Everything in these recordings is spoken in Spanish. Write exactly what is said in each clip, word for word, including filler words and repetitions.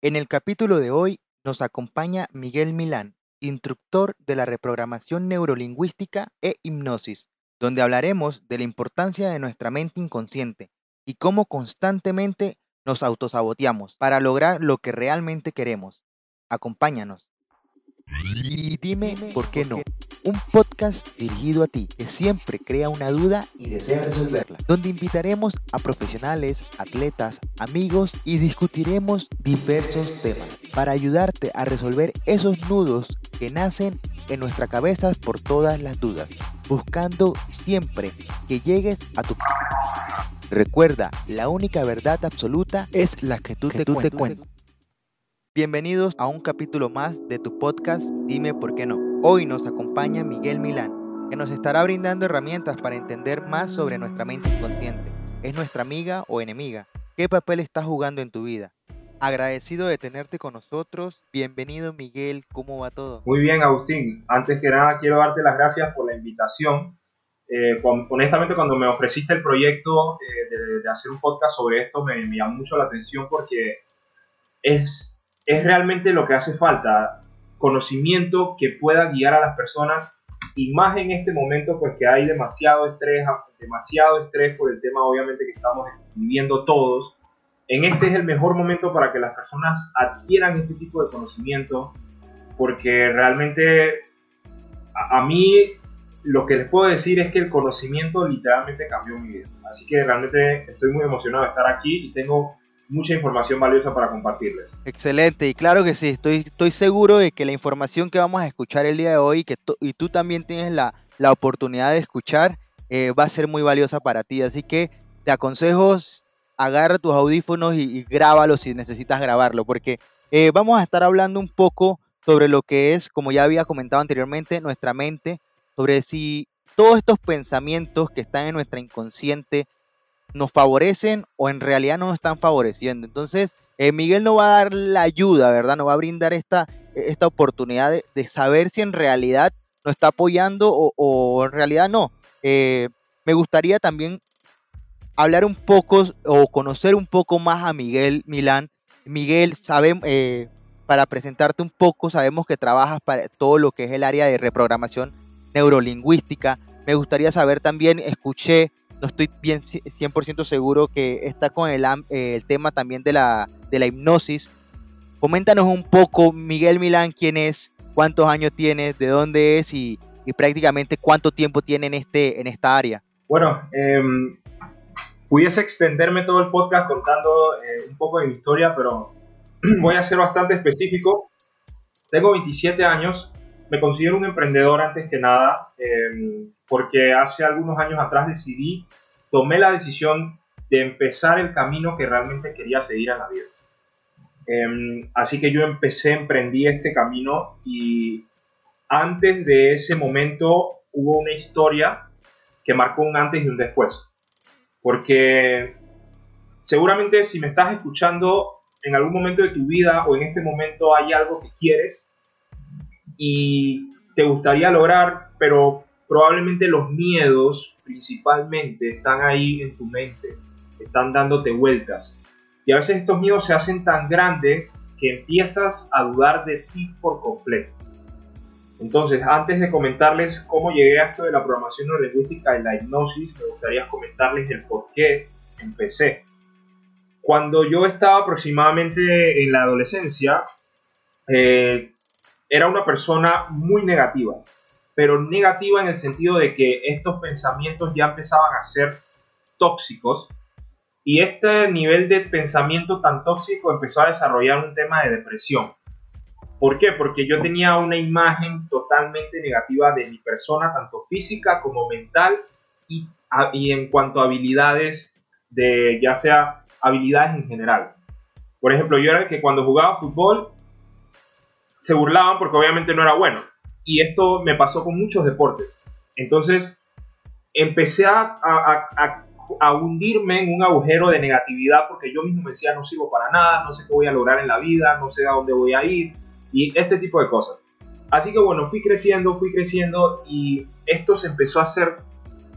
En el capítulo de hoy nos acompaña Miguel Milán, instructor de la reprogramación neurolingüística e hipnosis, donde hablaremos de la importancia de nuestra mente inconsciente y cómo constantemente nos autosaboteamos para lograr lo que realmente queremos. Acompáñanos. Y dime por qué no. Un podcast dirigido a ti que siempre crea una duda y desea resolverla, donde invitaremos a profesionales, atletas, amigos y discutiremos diversos temas para ayudarte a resolver esos nudos que nacen en nuestra cabeza por todas las dudas, buscando siempre que llegues a tu... Recuerda, la única verdad absoluta es la que tú, que te, tú te cuentas. Bienvenidos a un capítulo más de tu podcast Dime por qué no. Hoy nos acompaña Miguel Milán, que nos estará brindando herramientas para entender más sobre nuestra mente inconsciente. ¿Es nuestra amiga o enemiga? ¿Qué papel está jugando en tu vida? Agradecido de tenerte con nosotros. Bienvenido, Miguel. ¿Cómo va todo? Muy bien, Agustín. Antes que nada, quiero darte las gracias por la invitación. Eh, con, honestamente, cuando me ofreciste el proyecto eh, de, de hacer un podcast sobre esto, me, me llamó mucho la atención porque es, es realmente lo que hace falta. Conocimiento que pueda guiar a las personas, y más en este momento, pues que hay demasiado estrés, demasiado estrés por el tema, obviamente, que estamos viviendo todos. En este es el mejor momento para que las personas adquieran este tipo de conocimiento, porque realmente a, a mí lo que les puedo decir es que el conocimiento literalmente cambió mi vida. Así que realmente estoy muy emocionado de estar aquí y tengo mucha información valiosa para compartirles. Excelente, y claro que sí, estoy, estoy seguro de que la información que vamos a escuchar el día de hoy, que tú, y tú también tienes la, la oportunidad de escuchar, eh, va a ser muy valiosa para ti. Así que te aconsejo, agarra tus audífonos y, y grábalo si necesitas grabarlo, porque eh, vamos a estar hablando un poco sobre lo que es, como ya había comentado anteriormente, nuestra mente, sobre si todos estos pensamientos que están en nuestra inconsciente nos favorecen o en realidad no nos están favoreciendo. Entonces, eh, Miguel nos va a dar la ayuda, ¿verdad? Nos va a brindar esta, esta oportunidad de, de saber si en realidad nos está apoyando o, o en realidad no. Eh, me gustaría también hablar un poco o conocer un poco más a Miguel Milán. Miguel, sabe, eh, para presentarte un poco, sabemos que trabajas para todo lo que es el área de reprogramación neurolingüística. Me gustaría saber también, escuché, no estoy bien cien por ciento seguro que está con el, eh, el tema también de la, de la hipnosis. Coméntanos un poco, Miguel Milán, quién es, cuántos años tiene, de dónde es y, y prácticamente cuánto tiempo tiene en, este, en esta área. Bueno, eh, pudiese extenderme todo el podcast contando eh, un poco de mi historia, pero voy a ser bastante específico. Tengo veintisiete años, me considero un emprendedor antes que nada, eh, porque hace algunos años atrás decidí, tomé la decisión de empezar el camino que realmente quería seguir en la vida. Eh, así que yo empecé, emprendí este camino, y antes de ese momento hubo una historia que marcó un antes y un después. Porque seguramente si me estás escuchando en algún momento de tu vida o en este momento hay algo que quieres y te gustaría lograr, pero probablemente los miedos principalmente están ahí en tu mente, están dándote vueltas. Y a veces estos miedos se hacen tan grandes que empiezas a dudar de ti por completo. Entonces, antes de comentarles cómo llegué a esto de la programación neurolingüística y la hipnosis, me gustaría comentarles el por qué empecé. Cuando yo estaba aproximadamente en la adolescencia, eh, era una persona muy negativa, pero negativa en el sentido de que estos pensamientos ya empezaban a ser tóxicos, y este nivel de pensamiento tan tóxico empezó a desarrollar un tema de depresión. ¿Por qué? Porque yo tenía una imagen totalmente negativa de mi persona, tanto física como mental, y, y en cuanto a habilidades, de ya sea habilidades en general. Por ejemplo, yo era el que cuando jugaba fútbol se burlaban porque obviamente no era bueno. Y esto me pasó con muchos deportes. Entonces empecé a, a, a, a hundirme en un agujero de negatividad, porque yo mismo me decía, no sirvo para nada, no sé qué voy a lograr en la vida, no sé a dónde voy a ir, y este tipo de cosas. Así que bueno, fui creciendo, fui creciendo, y esto se empezó a hacer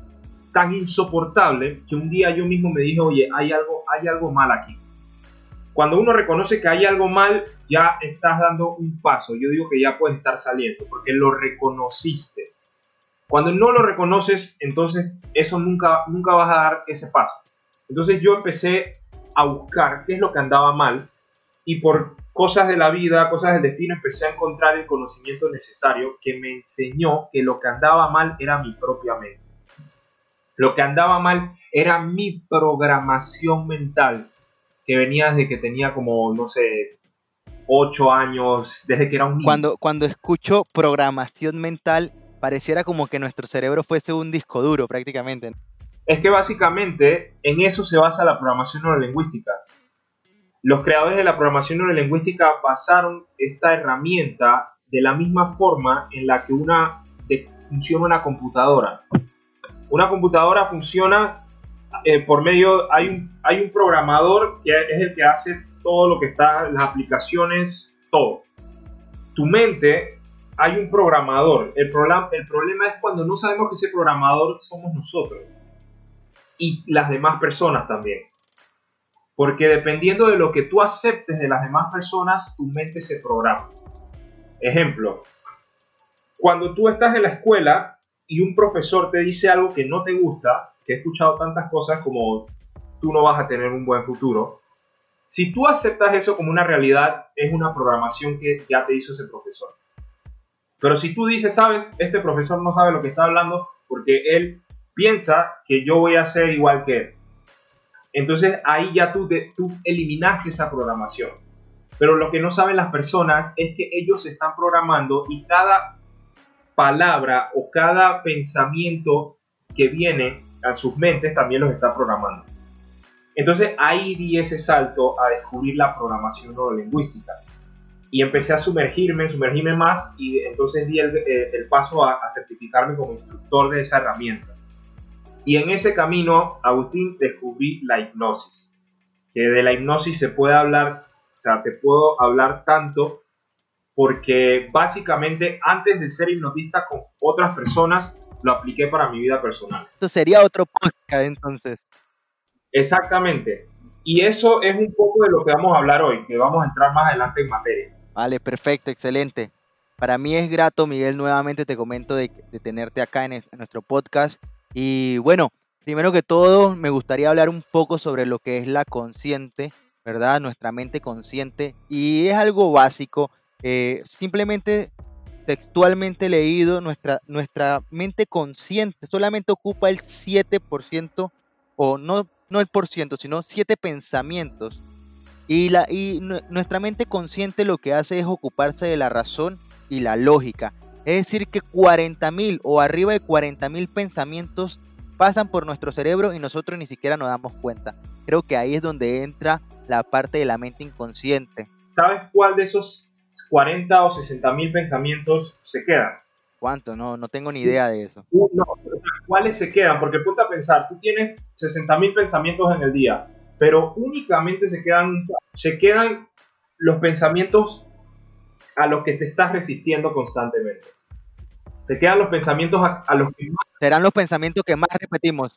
tan insoportable que un día yo mismo me dije, oye, hay algo, hay algo mal aquí. Cuando uno reconoce que hay algo mal, ya estás dando un paso. Yo digo que ya puedes estar saliendo, porque lo reconociste. Cuando no lo reconoces, entonces eso nunca, nunca vas a dar ese paso. Entonces yo empecé a buscar qué es lo que andaba mal, y por cosas de la vida, cosas del destino, empecé a encontrar el conocimiento necesario que me enseñó que lo que andaba mal era mi propia mente. Lo que andaba mal era mi programación mental, que venía desde que tenía como, no sé, ocho años, desde que era un niño. Cuando, cuando escucho programación mental, pareciera como que nuestro cerebro fuese un disco duro prácticamente. Es que básicamente en eso se basa la programación neurolingüística. Los creadores de la programación neurolingüística basaron esta herramienta de la misma forma en la que una, de, funciona una computadora. Una computadora funciona eh, por medio, hay un, hay un programador que es el que hace todo lo que está, las aplicaciones, todo. Tu mente, hay un programador. El, programa, el problema es cuando no sabemos que ese programador somos nosotros y las demás personas también. Porque dependiendo de lo que tú aceptes de las demás personas, tu mente se programa. Ejemplo, cuando tú estás en la escuela y un profesor te dice algo que no te gusta, que he escuchado tantas cosas como tú no vas a tener un buen futuro, si tú aceptas eso como una realidad, es una programación que ya te hizo ese profesor. Pero si tú dices, sabes, este profesor no sabe lo que está hablando porque él piensa que yo voy a ser igual que él. Entonces ahí ya tú, te, tú eliminaste esa programación. Pero lo que no saben las personas es que ellos se están programando y cada palabra o cada pensamiento que viene a sus mentes también los está programando. Entonces ahí di ese salto a descubrir la programación neurolingüística. Y empecé a sumergirme, sumergirme más y entonces di el, el paso a, a certificarme como instructor de esa herramienta. Y en ese camino, Agustín, descubrí la hipnosis. Que de la hipnosis se puede hablar, o sea, te puedo hablar tanto porque básicamente antes de ser hipnotista con otras personas, lo apliqué para mi vida personal. Esto sería otro podcast entonces. Exactamente. Y eso es un poco de lo que vamos a hablar hoy, que vamos a entrar más adelante en materia. Vale, perfecto, excelente. Para mí es grato, Miguel, nuevamente te comento de, de tenerte acá en, el, en nuestro podcast. Y bueno, primero que todo me gustaría hablar un poco sobre lo que es la consciente, ¿verdad? Nuestra mente consciente. Y es algo básico, eh, simplemente textualmente leído, nuestra, nuestra mente consciente solamente ocupa el siete por ciento, o no, no el por ciento, sino siete pensamientos. Y, la, y nuestra mente consciente lo que hace es ocuparse de la razón y la lógica. Es decir, que cuarenta mil o arriba de cuarenta mil pensamientos pasan por nuestro cerebro y nosotros ni siquiera nos damos cuenta. Creo que ahí es donde entra la parte de la mente inconsciente. ¿Sabes cuál de esos cuarenta o sesenta mil pensamientos se quedan? ¿Cuánto? No, no tengo ni idea de eso. No, ¿cuáles se quedan? Porque ponte a pensar, tú tienes sesenta mil pensamientos en el día, pero únicamente se quedan, se quedan los pensamientos a los que te estás resistiendo constantemente. Se quedan los pensamientos a, a los que más... Serán los pensamientos que más repetimos.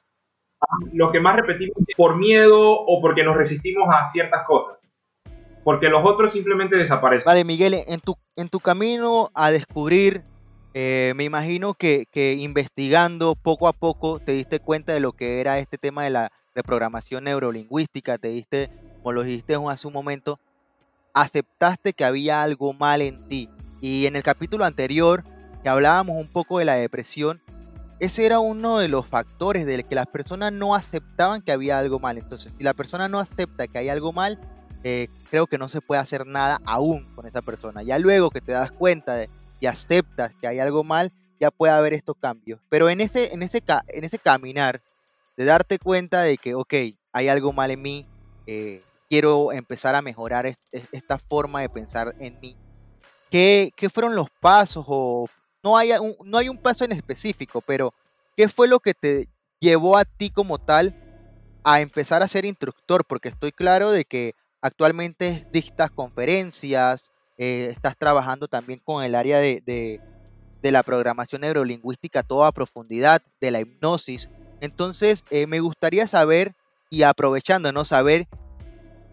Los que más repetimos por miedo o porque nos resistimos a ciertas cosas. Porque los otros simplemente desaparecen. Vale, Miguel, en tu, en tu camino a descubrir, eh, me imagino que, que investigando poco a poco te diste cuenta de lo que era este tema de la reprogramación neurolingüística, te diste, como lo dijiste hace un momento, aceptaste que había algo mal en ti. Y en el capítulo anterior, que hablábamos un poco de la depresión, ese era uno de los factores de que las personas no aceptaban que había algo mal. Entonces, si la persona no acepta que hay algo mal, eh, creo que no se puede hacer nada aún con esa persona. Ya luego que te das cuenta de, y aceptas que hay algo mal, ya puede haber estos cambios. Pero en ese, en ese, en ese caminar de darte cuenta de que, ok, hay algo mal en mí, eh, quiero empezar a mejorar est esta forma de pensar en mí. ¿Qué, qué fueron los pasos? O no hay, un, no hay un paso en específico, pero ¿qué fue lo que te llevó a ti como tal a empezar a ser instructor? Porque estoy claro de que actualmente dictas conferencias, eh, estás trabajando también con el área de, de, de la programación neurolingüística a toda profundidad, de la hipnosis. Entonces, eh, me gustaría saber, y aprovechando, ¿no? Saber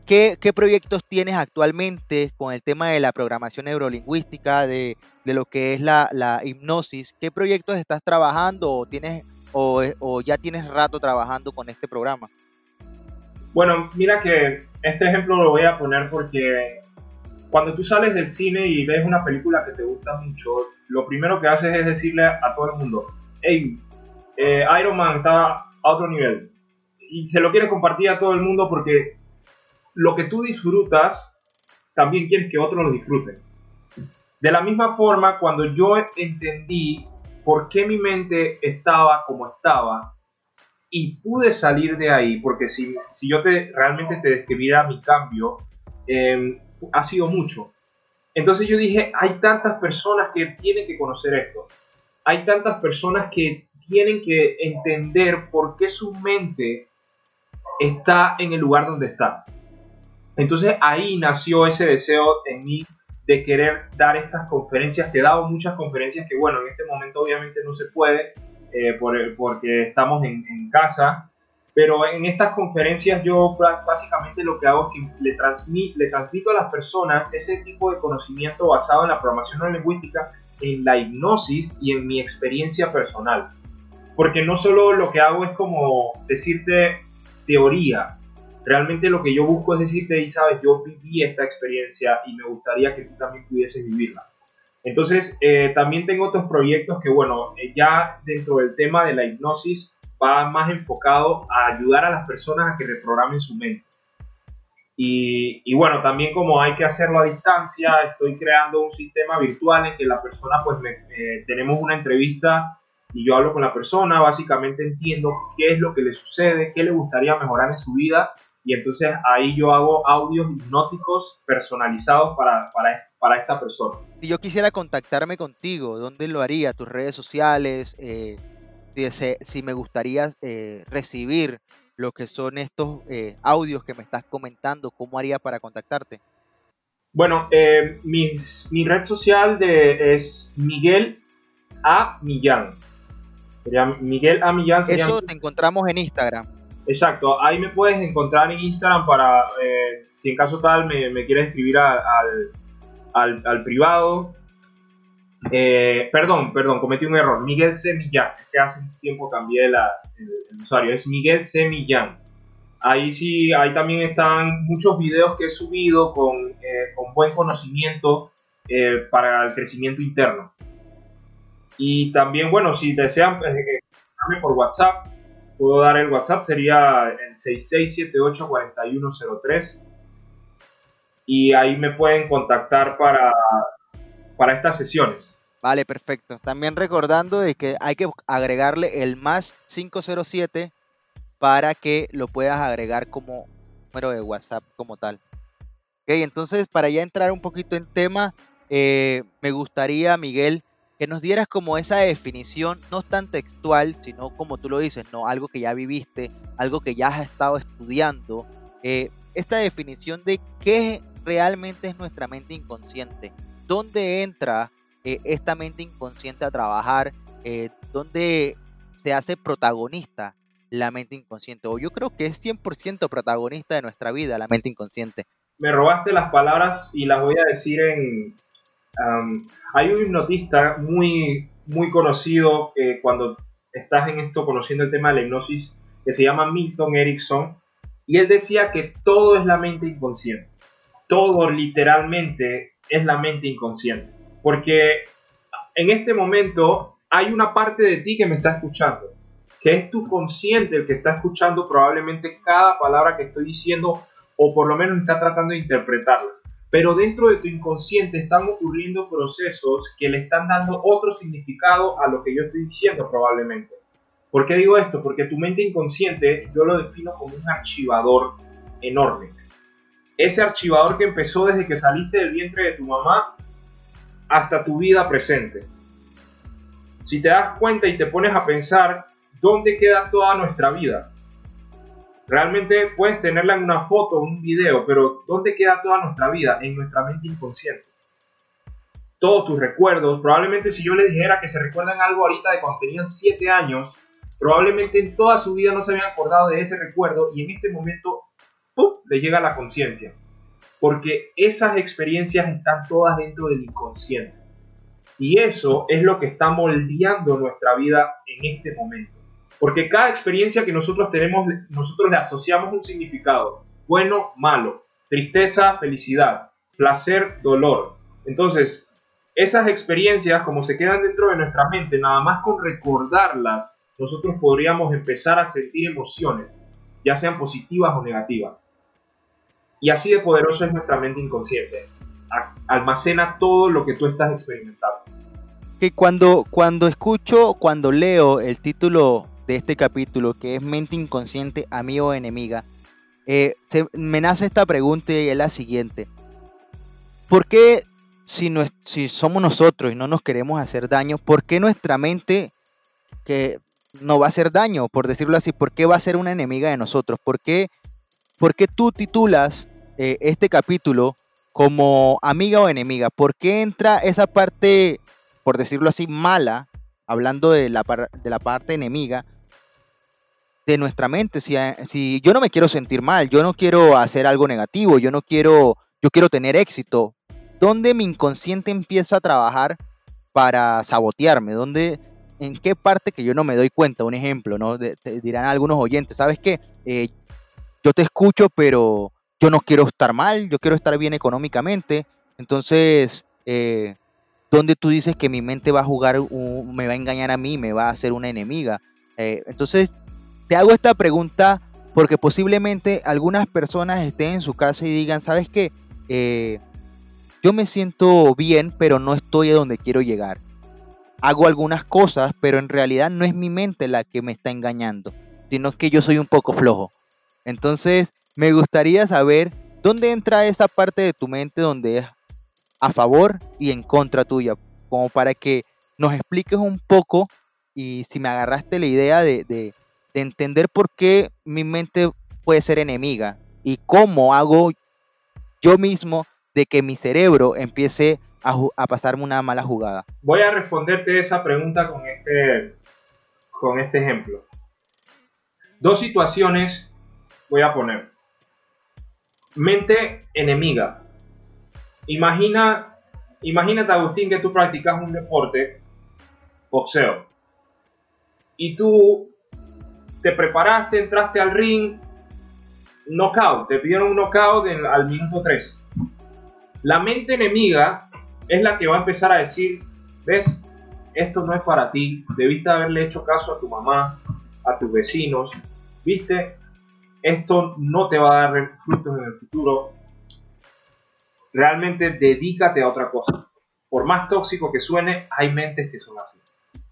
¿qué, qué proyectos tienes actualmente con el tema de la programación neurolingüística, de, de lo que es la, la hipnosis? ¿Qué proyectos estás trabajando o, tienes, o, o ya tienes rato trabajando con este programa? Bueno, mira que este ejemplo lo voy a poner porque cuando tú sales del cine y ves una película que te gusta mucho, lo primero que haces es decirle a todo el mundo, hey, eh, Iron Man está a otro nivel. Y se lo quieres compartir a todo el mundo porque lo que tú disfrutas, también quieres que otros lo disfruten. De la misma forma, cuando yo entendí por qué mi mente estaba como estaba y pude salir de ahí, porque si, si yo te, realmente te describiera mi cambio, eh, ha sido mucho. Entonces yo dije, hay tantas personas que tienen que conocer esto. Hay tantas personas que tienen que entender por qué su mente está en el lugar donde está. Entonces ahí nació ese deseo en mí de querer dar estas conferencias, que he dado muchas conferencias que bueno, en este momento obviamente no se puede eh, por el, porque estamos en, en casa, pero en estas conferencias yo básicamente lo que hago es que le, transmit, le transmito a las personas ese tipo de conocimiento basado en la programación neurolingüística, en la hipnosis y en mi experiencia personal. Porque no solo lo que hago es como decirte teoría, realmente lo que yo busco es decirte, y sabes, yo viví esta experiencia y me gustaría que tú también pudieses vivirla. Entonces, eh, también tengo otros proyectos que, bueno, eh, ya dentro del tema de la hipnosis va más enfocado a ayudar a las personas a que reprogramen su mente. Y, y bueno, también como hay que hacerlo a distancia, estoy creando un sistema virtual en que la persona, pues, me, eh, tenemos una entrevista y yo hablo con la persona, básicamente entiendo qué es lo que le sucede, qué le gustaría mejorar en su vida, y entonces ahí yo hago audios hipnóticos personalizados para, para, para esta persona. Si yo quisiera contactarme contigo, ¿dónde lo haría? ¿Tus redes sociales? Eh, si, ese- si me gustaría eh, recibir lo que son estos eh, audios que me estás comentando, ¿cómo haría para contactarte? Bueno, eh, mi, mi red social de, es Miguel A. Millán. Sería Miguel A. Millán. Sería, Eso te encontramos en Instagram. exacto, ahí me puedes encontrar en Instagram para, eh, si en caso tal me, me quieres escribir a- al, al, al privado. Eh, perdón, perdón, cometí un error. Miguel C. Millán, es que hace un tiempo cambié la, el, el usuario, es Miguel C. Millán. Ahí sí, ahí también están muchos videos que he subido con, eh, con buen conocimiento eh, para el crecimiento interno. Y también, bueno, si desean pues, eh, llamarme por WhatsApp, puedo dar el WhatsApp, sería el seis seis siete ocho cuatro uno cero tres. Y ahí me pueden contactar para, para estas sesiones. Vale, perfecto. También recordando de que hay que agregarle el más cinco cero siete para que lo puedas agregar como número de WhatsApp como tal. Ok, entonces para ya entrar un poquito en tema, eh, me gustaría, Miguel, que nos dieras como esa definición, no tan textual, sino como tú lo dices, no, algo que ya viviste, algo que ya has estado estudiando, eh, esta definición de qué realmente es nuestra mente inconsciente, dónde entra eh, esta mente inconsciente a trabajar, eh, dónde se hace protagonista la mente inconsciente, o yo creo que es cien por ciento protagonista de nuestra vida, la mente inconsciente. Me robaste las palabras y las voy a decir en... Um, hay un hipnotista muy, muy conocido eh, cuando estás en esto conociendo el tema de la hipnosis que se llama Milton Erickson, y él decía que todo es la mente inconsciente. Todo literalmente es la mente inconsciente. Porque en este momento hay una parte de ti que me está escuchando, que es tu consciente el que está escuchando probablemente cada palabra que estoy diciendo, o por lo menos está tratando de interpretarla. Pero dentro de tu inconsciente están ocurriendo procesos que le están dando otro significado a lo que yo estoy diciendo probablemente. ¿Por qué digo esto? Porque tu mente inconsciente yo lo defino como un archivador enorme. Ese archivador que empezó desde que saliste del vientre de tu mamá hasta tu vida presente. Si te das cuenta y te pones a pensar, ¿dónde queda toda nuestra vida? Realmente puedes tenerla en una foto o un video, pero ¿dónde queda toda nuestra vida? En nuestra mente inconsciente. Todos tus recuerdos, probablemente si yo les dijera que se recuerdan algo ahorita de cuando tenían siete años, probablemente en toda su vida no se habían acordado de ese recuerdo y en este momento ¡pum!, le llega a la conciencia. Porque esas experiencias están todas dentro del inconsciente. Y eso es lo que está moldeando nuestra vida en este momento. Porque cada experiencia que nosotros tenemos, nosotros le asociamos un significado. Bueno, malo. Tristeza, felicidad. Placer, dolor. Entonces, esas experiencias, como se quedan dentro de nuestra mente, nada más con recordarlas, nosotros podríamos empezar a sentir emociones, ya sean positivas o negativas. Y así de poderoso es nuestra mente inconsciente. Almacena todo lo que tú estás experimentando. Que cuando, cuando escucho, cuando leo el título de este capítulo, que es Mente Inconsciente, Amigo o Enemiga, eh, se, me nace esta pregunta y es la siguiente. ¿Por qué si, no, si somos nosotros y no nos queremos hacer daño, por qué nuestra mente que no va a hacer daño, por decirlo así, por qué va a ser una enemiga de nosotros? ¿Por qué, por qué tú titulas eh, este capítulo como amiga o enemiga? ¿Por qué entra esa parte, por decirlo así, mala, hablando de la, par de la parte enemiga de nuestra mente? Si, si yo no me quiero sentir mal, yo no quiero hacer algo negativo, yo no quiero, yo quiero tener éxito, ¿dónde mi inconsciente empieza a trabajar para sabotearme? ¿Dónde, en qué parte que yo no me doy cuenta? Un ejemplo, ¿no? De, te dirán algunos oyentes, ¿sabes qué? Eh, yo te escucho, pero yo no quiero estar mal, yo quiero estar bien económicamente. Entonces, eh, ¿dónde tú dices que mi mente va a jugar, un, me va a engañar a mí, me va a hacer una enemiga? Eh, entonces, te hago esta pregunta porque posiblemente algunas personas estén en su casa y digan, ¿sabes qué? Eh, yo me siento bien, pero no estoy a donde quiero llegar. Hago algunas cosas, pero en realidad no es mi mente la que me está engañando, sino que yo soy un poco flojo. Entonces, me gustaría saber dónde entra esa parte de tu mente donde es a favor y en contra tuya, como para que nos expliques un poco y si me agarraste la idea de, de, de entender por qué mi mente puede ser enemiga y cómo hago yo mismo de que mi cerebro empiece a, a pasarme una mala jugada. Voy a responderte esa pregunta con este, con este ejemplo. Dos situaciones voy a poner. Mente enemiga. Imagina, imagínate, Agustín, que tú practicas un deporte, boxeo, y tú te preparaste, entraste al ring, knockout, te pidieron un knockout en, al minuto tres. La mente enemiga es la que va a empezar a decir, ves, esto no es para ti, debiste haberle hecho caso a tu mamá, a tus vecinos, viste, esto no te va a dar frutos en el futuro, realmente dedícate a otra cosa. Por más tóxico que suene, hay mentes que son así.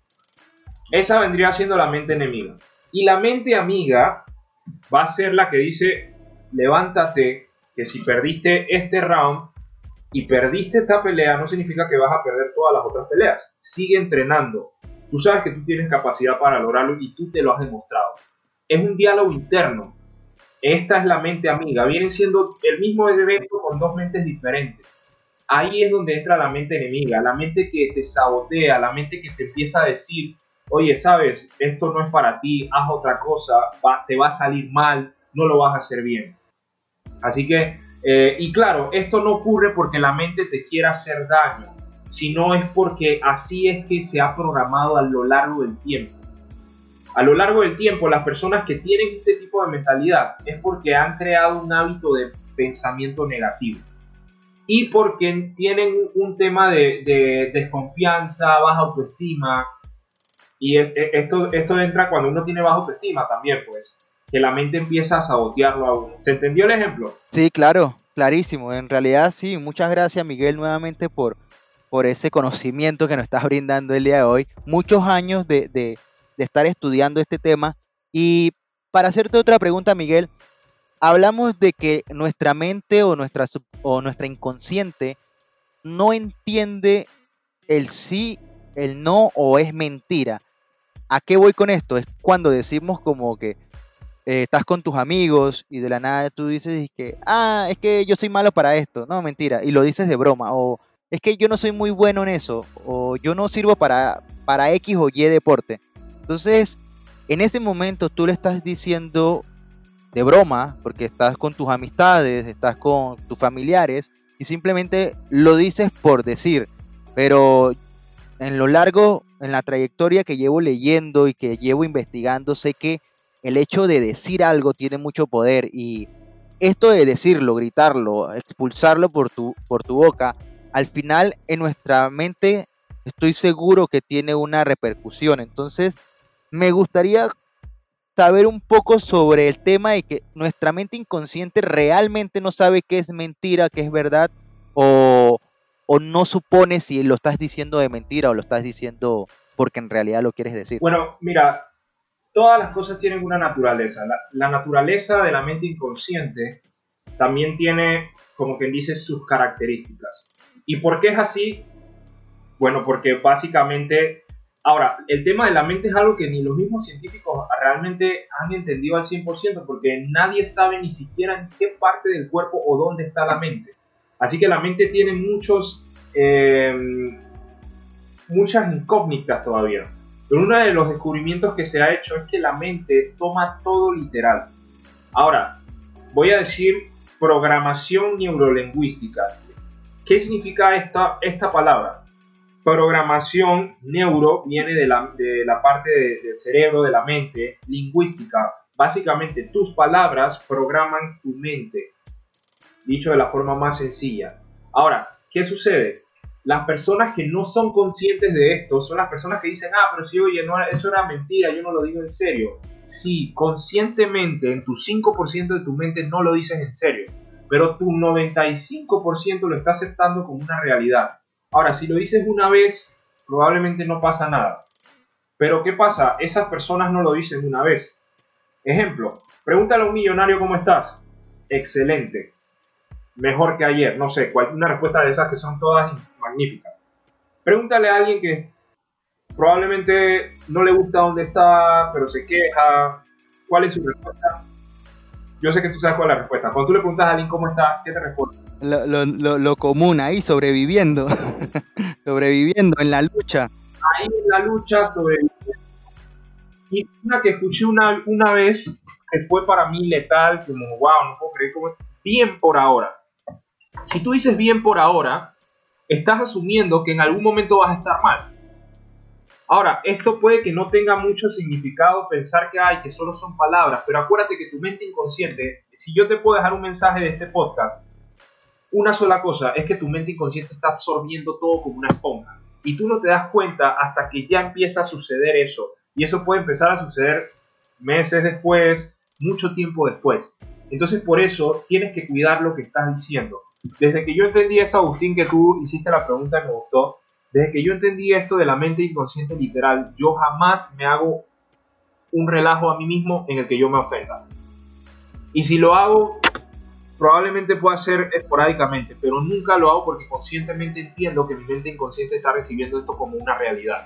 Esa vendría siendo la mente enemiga. Y la mente amiga va a ser la que dice, levántate, que si perdiste este round y perdiste esta pelea, no significa que vas a perder todas las otras peleas. Sigue entrenando. Tú sabes que tú tienes capacidad para lograrlo y tú te lo has demostrado. Es un diálogo interno. Esta es la mente amiga. Viene siendo el mismo evento con dos mentes diferentes. Ahí es donde entra la mente enemiga, la mente que te sabotea, la mente que te empieza a decir, oye, sabes, esto no es para ti, haz otra cosa, va, te va a salir mal, no lo vas a hacer bien. Así que, eh, y claro, esto no ocurre porque la mente te quiera hacer daño, sino es porque así es que se ha programado a lo largo del tiempo. A lo largo del tiempo, las personas que tienen este tipo de mentalidad es porque han creado un hábito de pensamiento negativo y porque tienen un tema de, de desconfianza, baja autoestima, y esto, esto entra cuando uno tiene baja autoestima también, pues, que la mente empieza a sabotearlo a uno. ¿Se entendió el ejemplo? Sí, claro, clarísimo. En realidad sí, muchas gracias, Miguel, nuevamente por, por ese conocimiento que nos estás brindando el día de hoy. Muchos años de, de, de estar estudiando este tema. Y para hacerte otra pregunta, Miguel, hablamos de que nuestra mente o nuestra, o nuestra inconsciente no entiende el sí, el no o es mentira. ¿A qué voy con esto? Es cuando decimos como que eh, estás con tus amigos y de la nada tú dices que, ah, es que yo soy malo para esto. No, mentira. Y lo dices de broma. O es que yo no soy muy bueno en eso. O yo no sirvo para, para X o Y deporte. Entonces, en ese momento tú le estás diciendo de broma, porque estás con tus amistades, estás con tus familiares y simplemente lo dices por decir, pero en lo largo, en la trayectoria que llevo leyendo y que llevo investigando, sé que el hecho de decir algo tiene mucho poder y esto de decirlo, gritarlo, expulsarlo por tu, por tu boca, al final en nuestra mente estoy seguro que tiene una repercusión. Entonces, me gustaría saber un poco sobre el tema de que nuestra mente inconsciente realmente no sabe qué es mentira, qué es verdad, o, o no supone si lo estás diciendo de mentira o lo estás diciendo porque en realidad lo quieres decir. Bueno, mira, todas las cosas tienen una naturaleza. La, la naturaleza de la mente inconsciente también tiene, como quien dice, sus características. ¿Y por qué es así? Bueno, porque básicamente, ahora, el tema de la mente es algo que ni los mismos científicos realmente han entendido al cien por ciento, porque nadie sabe ni siquiera en qué parte del cuerpo o dónde está la mente. Así que la mente tiene muchos, eh, muchas incógnitas todavía. Pero uno de los descubrimientos que se ha hecho es que la mente toma todo literal. Ahora, voy a decir programación neurolingüística. ¿Qué significa esta, esta palabra? Programación, neuro, viene de la, de la parte de, del cerebro, de la mente, lingüística. Básicamente, tus palabras programan tu mente, dicho de la forma más sencilla. Ahora, ¿qué sucede? Las personas que no son conscientes de esto son las personas que dicen, ah, pero sí, oye, no, eso era mentira, yo no lo digo en serio. Sí, conscientemente, en tu cinco por ciento de tu mente no lo dices en serio, pero tu noventa y cinco por ciento lo está aceptando como una realidad. Ahora, si lo dices una vez, probablemente no pasa nada. Pero ¿qué pasa? Esas personas no lo dicen una vez. Ejemplo, pregúntale a un millonario cómo estás. Excelente. Mejor que ayer. No sé, una respuesta de esas que son todas magníficas. Pregúntale a alguien que probablemente no le gusta dónde está, pero se queja. ¿Cuál es su respuesta? Yo sé que tú sabes cuál es la respuesta. Cuando tú le preguntas a alguien cómo está, ¿qué te responde? Lo, lo, lo, lo común ahí, sobreviviendo, sobreviviendo en la lucha. Ahí en la lucha, sobreviviendo. Y una que escuché una, una vez, que fue para mí letal, como, wow, no puedo creer cómo es, bien por ahora. Si tú dices bien por ahora, estás asumiendo que en algún momento vas a estar mal. Ahora, esto puede que no tenga mucho significado pensar que hay, que solo son palabras, pero acuérdate que tu mente inconsciente, si yo te puedo dejar un mensaje de este podcast, una sola cosa es que tu mente inconsciente está absorbiendo todo como una esponja y tú no te das cuenta hasta que ya empieza a suceder eso, y eso puede empezar a suceder meses después, mucho tiempo después. Entonces por eso tienes que cuidar lo que estás diciendo. Desde que yo entendí esto, Agustín, que tú hiciste la pregunta y me gustó, desde que yo entendí esto de la mente inconsciente literal, yo jamás me hago un relajo a mí mismo en el que yo me ofenda. Y si lo hago, probablemente pueda ser esporádicamente, pero nunca lo hago porque conscientemente entiendo que mi mente inconsciente está recibiendo esto como una realidad.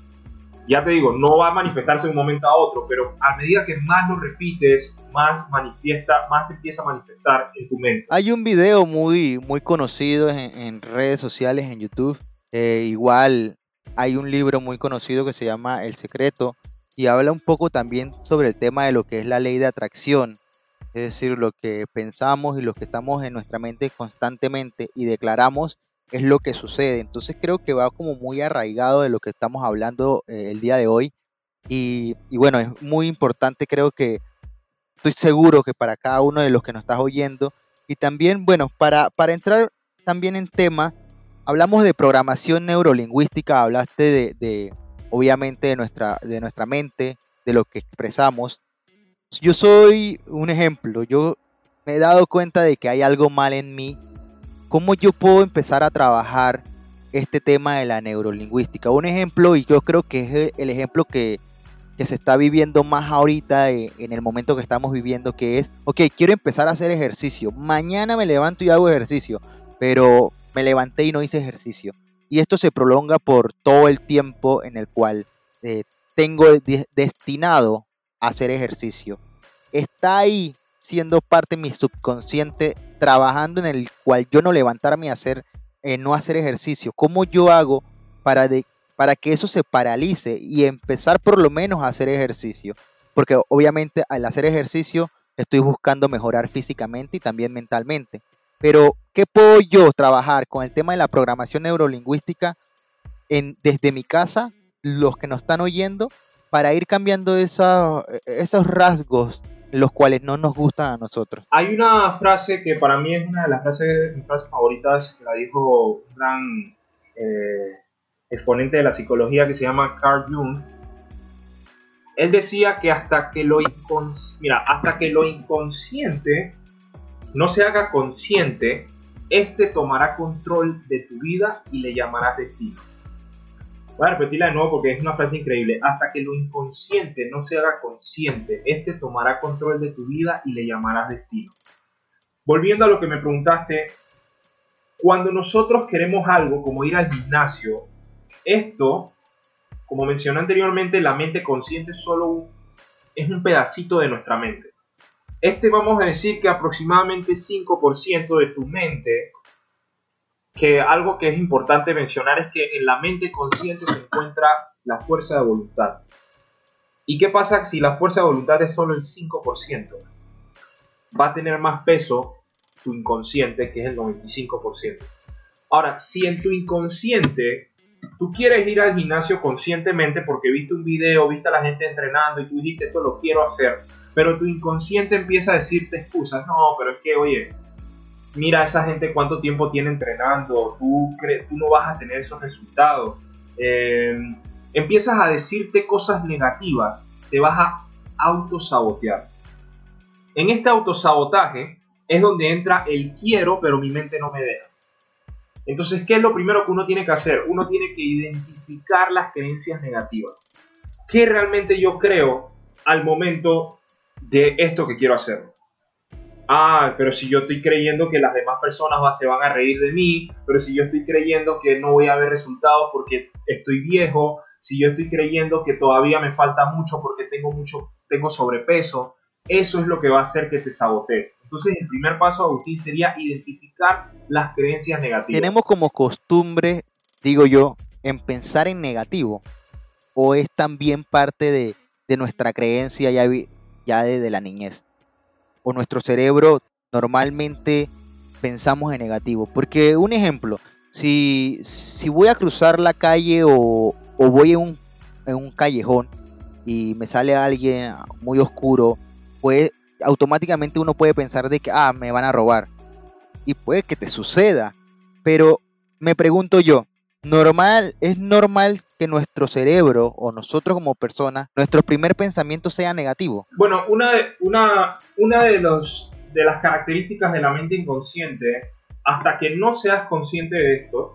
Ya te digo, no va a manifestarse de un momento a otro, pero a medida que más lo repites, más manifiesta, más empieza a manifestar en tu mente. Hay un video muy, muy conocido en, en redes sociales, en YouTube. Eh, igual hay un libro muy conocido que se llama El Secreto y habla un poco también sobre el tema de lo que es la ley de atracción. Es decir, lo que pensamos y lo que estamos en nuestra mente constantemente y declaramos es lo que sucede. Entonces creo que va como muy arraigado de lo que estamos hablando eh, el día de hoy. Y, y bueno, es muy importante, creo que estoy seguro que para cada uno de los que nos estás oyendo. Y también, bueno, para, para entrar también en tema, hablamos de programación neurolingüística, hablaste de, de obviamente de nuestra, de nuestra mente, de lo que expresamos. Yo soy un ejemplo, yo me he dado cuenta de que hay algo mal en mí. ¿Cómo yo puedo empezar a trabajar este tema de la neurolingüística? Un ejemplo, y yo creo que es el ejemplo que, que se está viviendo más ahorita en el momento que estamos viviendo, que es, ok, quiero empezar a hacer ejercicio. Mañana me levanto y hago ejercicio, pero me levanté y no hice ejercicio. Y esto se prolonga por todo el tiempo en el cual eh, tengo de- destinado a hacer ejercicio. Está ahí siendo parte de mi subconsciente, trabajando en el cual yo no levantarme y hacer, eh, no hacer ejercicio. ¿Cómo yo hago para, de, para que eso se paralice y empezar por lo menos a hacer ejercicio? Porque obviamente al hacer ejercicio estoy buscando mejorar físicamente y también mentalmente. Pero, ¿qué puedo yo trabajar con el tema de la programación neurolingüística en, desde mi casa, los que nos están oyendo, para ir cambiando esa, esos rasgos los cuales no nos gustan a nosotros? Hay una frase que para mí es una de las frases, mis frases favoritas, que la dijo un gran eh, exponente de la psicología que se llama Carl Jung. Él decía que hasta que lo incons- mira, hasta que lo inconsciente no se haga consciente, este tomará control de tu vida y le llamarás destino. Voy a repetirla de nuevo porque es una frase increíble. Hasta que lo inconsciente no se haga consciente, este tomará control de tu vida y le llamarás destino. Volviendo a lo que me preguntaste, cuando nosotros queremos algo como ir al gimnasio, esto, como mencioné anteriormente, la mente consciente solo un, es un pedacito de nuestra mente. Este vamos a decir que aproximadamente cinco por ciento de tu mente, que algo que es importante mencionar es que en la mente consciente se encuentra la fuerza de voluntad. ¿Y qué pasa si la fuerza de voluntad es solo el cinco por ciento? Va a tener más peso tu inconsciente, que es el noventa y cinco por ciento. Ahora, si en tu inconsciente tú quieres ir al gimnasio conscientemente porque viste un video, viste a la gente entrenando y tú dijiste esto lo quiero hacer, pero tu inconsciente empieza a decirte excusas, no, pero es que oye, mira a esa gente cuánto tiempo tiene entrenando, tú, crees, tú no vas a tener esos resultados. Eh, empiezas a decirte cosas negativas, te vas a autosabotear. En este autosabotaje es donde entra el quiero, pero mi mente no me deja. Entonces, ¿qué es lo primero que uno tiene que hacer? Uno tiene que identificar las creencias negativas. ¿Qué realmente yo creo al momento de esto que quiero hacer? Ah, pero si yo estoy creyendo que las demás personas se van a reír de mí, pero si yo estoy creyendo que no voy a ver resultados porque estoy viejo, si yo estoy creyendo que todavía me falta mucho porque tengo mucho, tengo sobrepeso, eso es lo que va a hacer que te sabotees. Entonces, el primer paso, Agustín, sería identificar las creencias negativas. ¿Tenemos como costumbre, digo yo, en pensar en negativo? ¿O es también parte de, de nuestra creencia ya, ya desde la niñez? ¿O nuestro cerebro normalmente pensamos en negativo? Porque un ejemplo, si, si voy a cruzar la calle o, o voy en un, en un callejón y me sale alguien muy oscuro, pues automáticamente uno puede pensar de que ah, me van a robar. Y puede que te suceda. Pero me pregunto yo, normal, ¿es normal que nuestro cerebro o nosotros como personas, nuestro primer pensamiento sea negativo? Bueno, una de, una, una de, los, de las características de la mente inconsciente, hasta que no seas consciente de esto,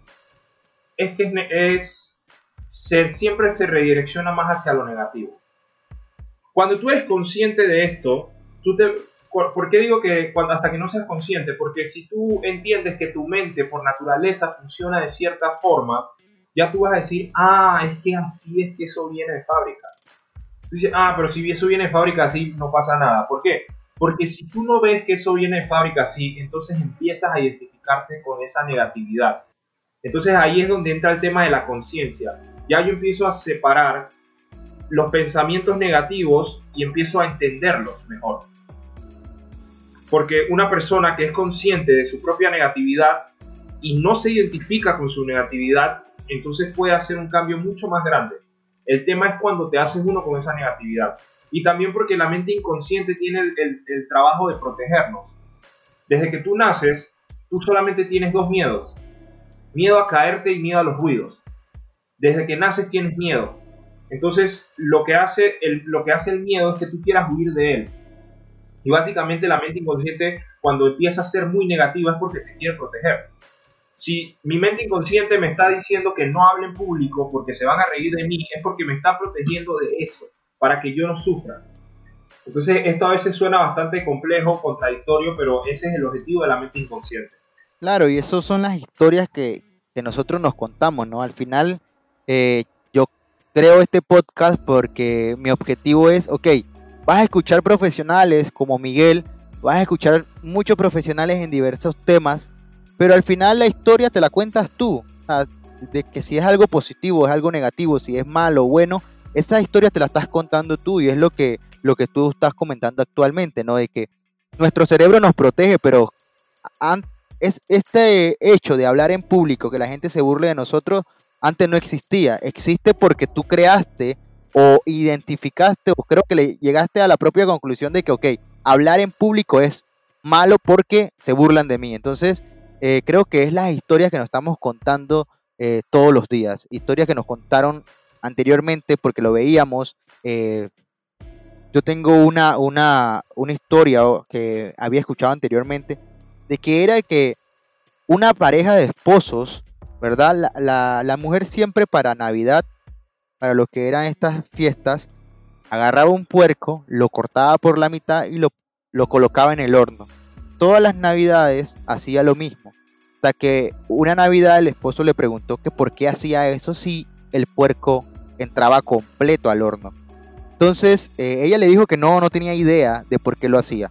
es que es, es se, siempre se redirecciona más hacia lo negativo. Cuando tú eres consciente de esto, tú te, ¿por qué digo que cuando, hasta que no seas consciente? Porque si tú entiendes que tu mente por naturaleza funciona de cierta forma, ya tú vas a decir, ah, es que así es que eso viene de fábrica. Tú dices, ah, pero si eso viene de fábrica así, no pasa nada. ¿Por qué? Porque si tú no ves que eso viene de fábrica así, entonces empiezas a identificarte con esa negatividad. Entonces ahí es donde entra el tema de la conciencia. Ya yo empiezo a separar los pensamientos negativos y empiezo a entenderlos mejor. Porque una persona que es consciente de su propia negatividad y no se identifica con su negatividad, entonces puede hacer un cambio mucho más grande. El tema es cuando te haces uno con esa negatividad. Y también porque la mente inconsciente tiene el, el, el trabajo de protegernos. Desde que tú naces, tú solamente tienes dos miedos. Miedo a caerte y miedo a los ruidos. Desde que naces tienes miedo. Entonces, lo que hace el, lo que hace el miedo es que tú quieras huir de él. Y básicamente la mente inconsciente, cuando empieza a ser muy negativa, es porque te quiere proteger. Si mi mente inconsciente me está diciendo que no hable en público porque se van a reír de mí, es porque me está protegiendo de eso, para que yo no sufra. Entonces, esto a veces suena bastante complejo, contradictorio, pero ese es el objetivo de la mente inconsciente. Claro, y esas son las historias que, que nosotros nos contamos, ¿no? Al final, eh, yo creo este podcast porque mi objetivo es, ok, vas a escuchar profesionales como Miguel, vas a escuchar muchos profesionales en diversos temas, pero al final la historia te la cuentas tú, o sea, de que si es algo positivo, es algo negativo, si es malo o bueno, esa historia te la estás contando tú y es lo que, lo que tú estás comentando actualmente, ¿no? De que nuestro cerebro nos protege, pero an- es este hecho de hablar en público, que la gente se burle de nosotros, antes no existía. Existe porque tú creaste o identificaste, o creo que le llegaste a la propia conclusión de que, ok, hablar en público es malo porque se burlan de mí. Entonces, eh, creo que es las historias que nos estamos contando eh, todos los días. Historias que nos contaron anteriormente porque lo veíamos. eh, yo tengo una, una, una historia o- que había escuchado anteriormente de que era que una pareja de esposos, ¿verdad? La, la- la mujer siempre para Navidad, para lo que eran estas fiestas, agarraba un puerco, lo cortaba por la mitad y lo, lo colocaba en el horno. Todas las Navidades hacía lo mismo. Hasta que una Navidad el esposo le preguntó que por qué hacía eso si el puerco entraba completo al horno. Entonces eh, ella le dijo que no, no tenía idea de por qué lo hacía.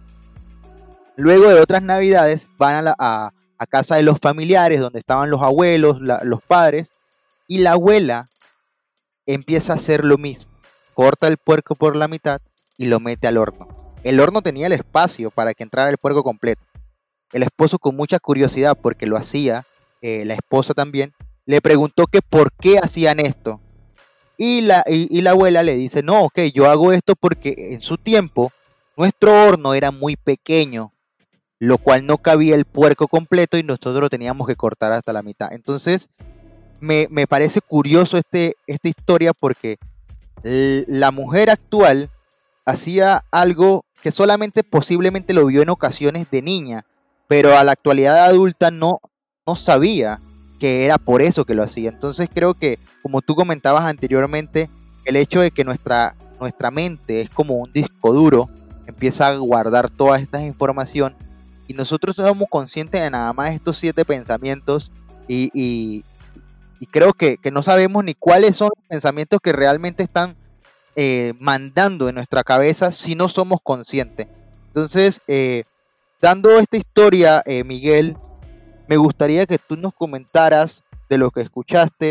Luego de otras navidades van a, la- a- a casa de los familiares donde estaban los abuelos, la- los padres, y la abuela empieza a hacer lo mismo. Corta el puerco por la mitad y lo mete al horno. El horno tenía el espacio para que entrara el puerco completo. El esposo, con mucha curiosidad porque lo hacía, eh, la esposa también, le preguntó que por qué hacían esto. Y la, y, y la abuela le dice, no, ok, yo hago esto porque en su tiempo nuestro horno era muy pequeño, lo cual no cabía el puerco completo y nosotros lo teníamos que cortar hasta la mitad. Entonces, me, me parece curioso este, esta historia porque l- la mujer actual hacía algo que solamente posiblemente lo vio en ocasiones de niña, pero a la actualidad adulta no, no sabía que era por eso que lo hacía. Entonces creo que, como tú comentabas anteriormente, el hecho de que nuestra, nuestra mente es como un disco duro, empieza a guardar toda esta información y nosotros somos conscientes de nada más estos siete pensamientos y, y- y creo que, que no sabemos ni cuáles son los pensamientos que realmente están eh, mandando en nuestra cabeza si no somos conscientes. Entonces, eh, dando esta historia, eh, Miguel, me gustaría que tú nos comentaras de lo que escuchaste,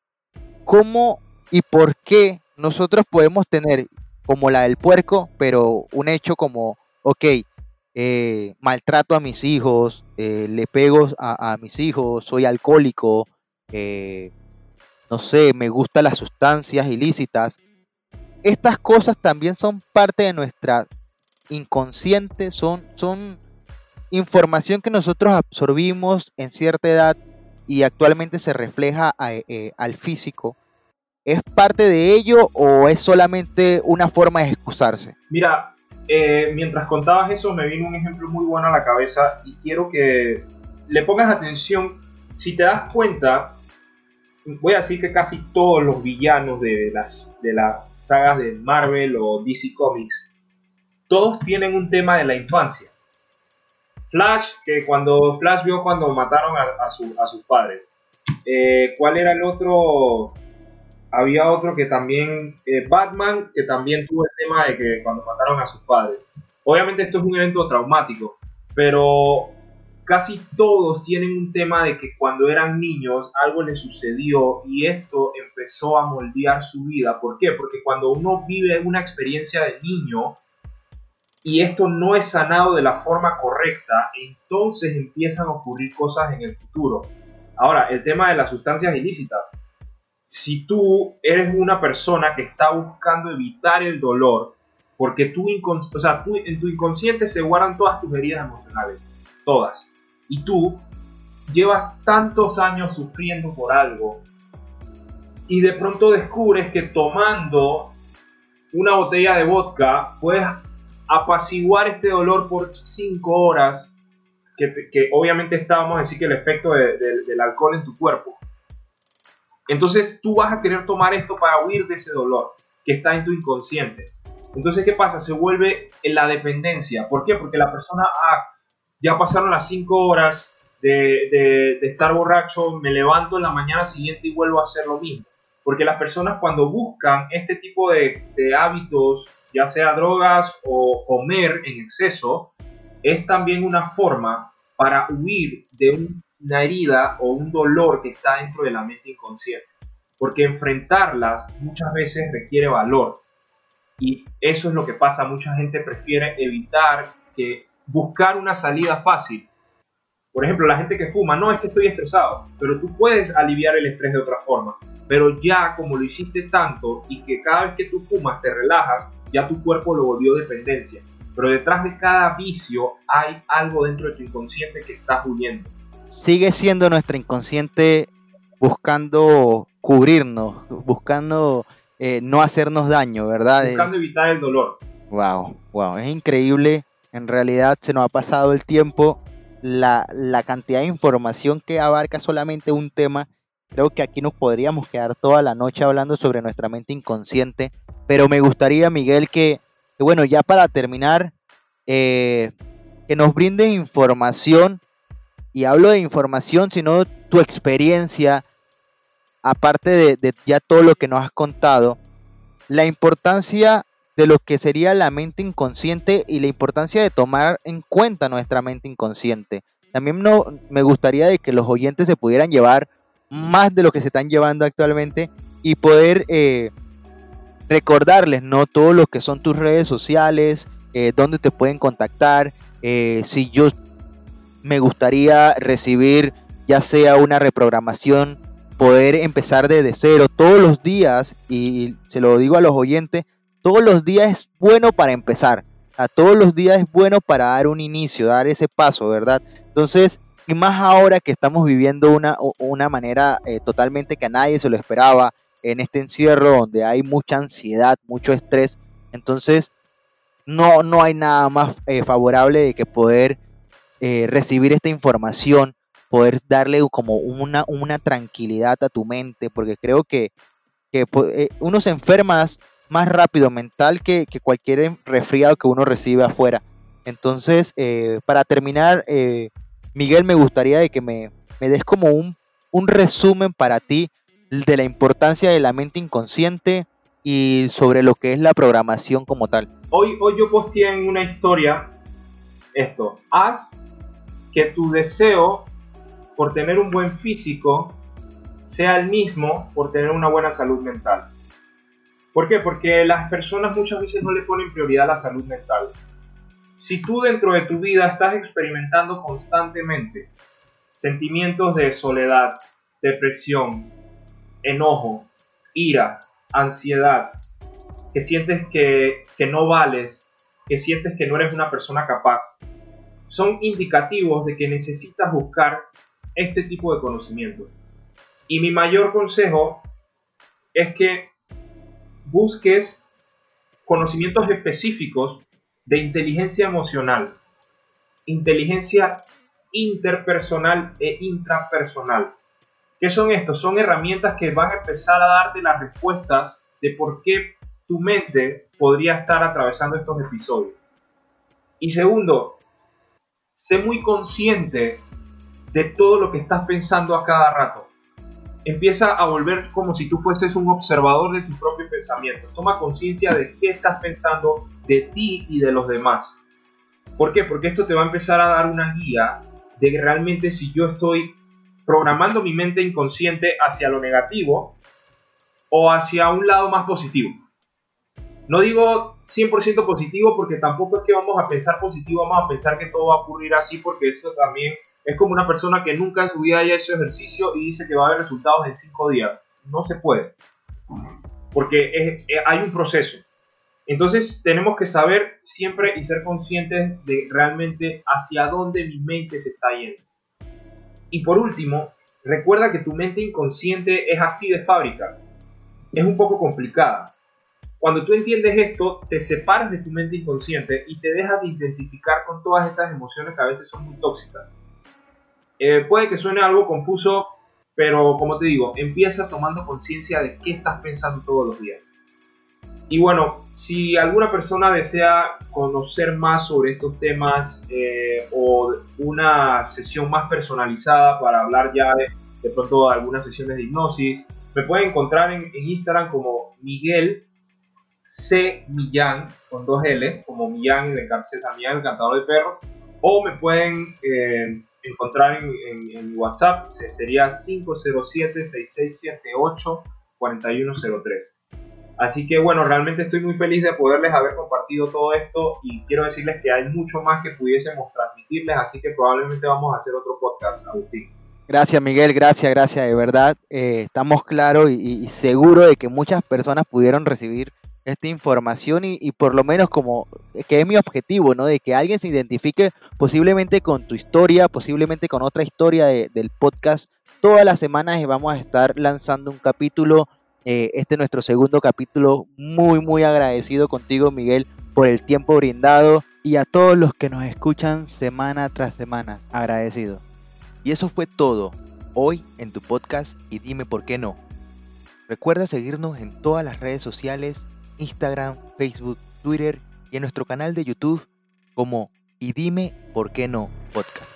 cómo y por qué nosotros podemos tener como la del puerco, pero un hecho como, ok, eh, maltrato a mis hijos, eh, le pego a, a mis hijos, soy alcohólico, eh, no sé, me gustan las sustancias ilícitas. Estas cosas también son parte de nuestra inconsciente, son, son información que nosotros absorbimos en cierta edad y actualmente se refleja a- eh, al físico. ¿Es parte de ello o es solamente una forma de excusarse? Mira, eh, mientras contabas eso me vino un ejemplo muy bueno a la cabeza y quiero que le pongas atención. Si te das cuenta, voy a decir que casi todos los villanos de las, de las sagas de Marvel o D C Comics, todos tienen un tema de la infancia. Flash, que cuando Flash vio cuando mataron a, a, su, a sus padres. Eh, ¿Cuál era el otro? Había otro que también, eh, Batman, que también tuvo el tema de que cuando mataron a sus padres. Obviamente esto es un evento traumático, pero casi todos tienen un tema de que cuando eran niños algo les sucedió y esto empezó a moldear su vida. ¿Por qué? Porque cuando uno vive una experiencia de niño y esto no es sanado de la forma correcta, entonces empiezan a ocurrir cosas en el futuro. Ahora, el tema de las sustancias ilícitas. Si tú eres una persona que está buscando evitar el dolor, porque tú, o sea, tú, en tu inconsciente se guardan todas tus heridas emocionales, todas, y tú llevas tantos años sufriendo por algo, y de pronto descubres que tomando una botella de vodka puedes apaciguar este dolor por cinco horas, que, que obviamente está, vamos a decir, que el efecto de, de, del alcohol en tu cuerpo. Entonces tú vas a querer tomar esto para huir de ese dolor que está en tu inconsciente. Entonces, ¿qué pasa? Se vuelve en la dependencia. ¿Por qué? Porque la persona, ah, ya pasaron las cinco horas de, de, de estar borracho, me levanto en la mañana siguiente y vuelvo a hacer lo mismo. Porque las personas cuando buscan este tipo de, de hábitos, ya sea drogas o comer en exceso, es también una forma para huir de un una herida o un dolor que está dentro de la mente inconsciente, porque enfrentarlas muchas veces requiere valor. Y eso es lo que pasa, mucha gente prefiere evitar que buscar una salida fácil. Por ejemplo, la gente que fuma, no, es que estoy estresado, pero tú puedes aliviar el estrés de otra forma. Pero ya como lo hiciste tanto y que cada vez que tú fumas te relajas, ya tu cuerpo lo volvió dependencia. Pero detrás de cada vicio hay algo dentro de tu inconsciente que estás huyendo. Sigue siendo nuestro inconsciente buscando cubrirnos, buscando eh, no hacernos daño, ¿verdad? Buscando Es, evitar el dolor. wow, wow, es increíble. En realidad se nos ha pasado el tiempo. La, la cantidad de información que abarca solamente un tema. Creo que aquí nos podríamos quedar toda la noche hablando sobre nuestra mente inconsciente. Pero me gustaría, Miguel, que, que bueno, ya para terminar, eh, que nos brindes información. Y hablo de información, sino tu experiencia, aparte de, de ya todo lo que nos has contado, la importancia de lo que sería la mente inconsciente y la importancia de tomar en cuenta nuestra mente inconsciente. También no, me gustaría de que los oyentes se pudieran llevar más de lo que se están llevando actualmente y poder eh, recordarles, ¿no? Todo lo que son tus redes sociales, eh, dónde te pueden contactar, eh, si yo me gustaría recibir ya sea una reprogramación, poder empezar desde cero todos los días, y se lo digo a los oyentes, todos los días es bueno para empezar, a todos los días es bueno para dar un inicio, dar ese paso, ¿verdad? Entonces, y más ahora que estamos viviendo una, una manera eh, totalmente que a nadie se lo esperaba, en este encierro donde hay mucha ansiedad, mucho estrés, entonces no, no hay nada más eh, favorable de que poder eh, recibir esta información, poder darle como una, una tranquilidad a tu mente, porque creo que, que eh, uno se enferma más rápido mental que, que cualquier resfriado que uno recibe afuera. Entonces, eh, para terminar, eh, Miguel, me gustaría de que me, me des como un, un resumen para ti de la importancia de la mente inconsciente y sobre lo que es la programación como tal. Hoy, hoy yo posteé en una historia esto: haz que tu deseo por tener un buen físico sea el mismo por tener una buena salud mental. ¿Por qué? Porque las personas muchas veces no le ponen prioridad a la salud mental. Si tú dentro de tu vida estás experimentando constantemente sentimientos de soledad, depresión, enojo, ira, ansiedad, que sientes que, que no vales, que sientes que no eres una persona capaz, son indicativos de que necesitas buscar este tipo de conocimiento. Y mi mayor consejo es que busques conocimientos específicos de inteligencia emocional, inteligencia interpersonal e intrapersonal. ¿Qué son estos? Son herramientas que van a empezar a darte las respuestas de por qué tu mente podría estar atravesando estos episodios. Y segundo, sé muy consciente de todo lo que estás pensando a cada rato. Empieza a volver como si tú fueses un observador de tus propios pensamientos. Toma conciencia de qué estás pensando de ti y de los demás. ¿Por qué? Porque esto te va a empezar a dar una guía de que realmente si yo estoy programando mi mente inconsciente hacia lo negativo o hacia un lado más positivo. No digo cien por ciento positivo porque tampoco es que vamos a pensar positivo, vamos a pensar que todo va a ocurrir así, porque esto también es como una persona que nunca en su vida haya hecho ejercicio y dice que va a haber resultados en cinco días. No se puede, porque es, es, hay un proceso. Entonces tenemos que saber siempre y ser conscientes de realmente hacia dónde mi mente se está yendo. Y por último, recuerda que tu mente inconsciente es así de fábrica. Es un poco complicada. Cuando tú entiendes esto, te separas de tu mente inconsciente y te dejas de identificar con todas estas emociones que a veces son muy tóxicas. Eh, puede que suene algo confuso, pero como te digo, empieza tomando conciencia de qué estás pensando todos los días. Y bueno, si alguna persona desea conocer más sobre estos temas eh, o una sesión más personalizada para hablar ya de, de pronto de algunas sesiones de hipnosis, me pueden encontrar en, en Instagram como Miguel C. Millán, con dos L, como Millán, el Millán, el cantador de perros, o me pueden eh, encontrar en, en, en mi WhatsApp, sería cinco cero siete, seis seis siete ocho, cuatro uno cero tres. Así que bueno, realmente estoy muy feliz de poderles haber compartido todo esto y quiero decirles que hay mucho más que pudiésemos transmitirles, así que probablemente vamos a hacer otro podcast, Agustín. Gracias, Miguel, gracias, gracias, de verdad. Eh, estamos claros y, y seguros de que muchas personas pudieron recibir esta información y, y por lo menos como que es mi objetivo, ¿no? De que alguien se identifique posiblemente con tu historia, posiblemente con otra historia de- del podcast. Todas las semanas vamos a estar lanzando un capítulo. Eh, este es nuestro segundo capítulo. Muy, muy agradecido contigo, Miguel, por el tiempo brindado y a todos los que nos escuchan semana tras semana. Agradecido. Y eso fue todo hoy en tu podcast y dime por qué no. Recuerda seguirnos en todas las redes sociales, Instagram, Facebook, Twitter y en nuestro canal de YouTube como y dime por qué no podcast.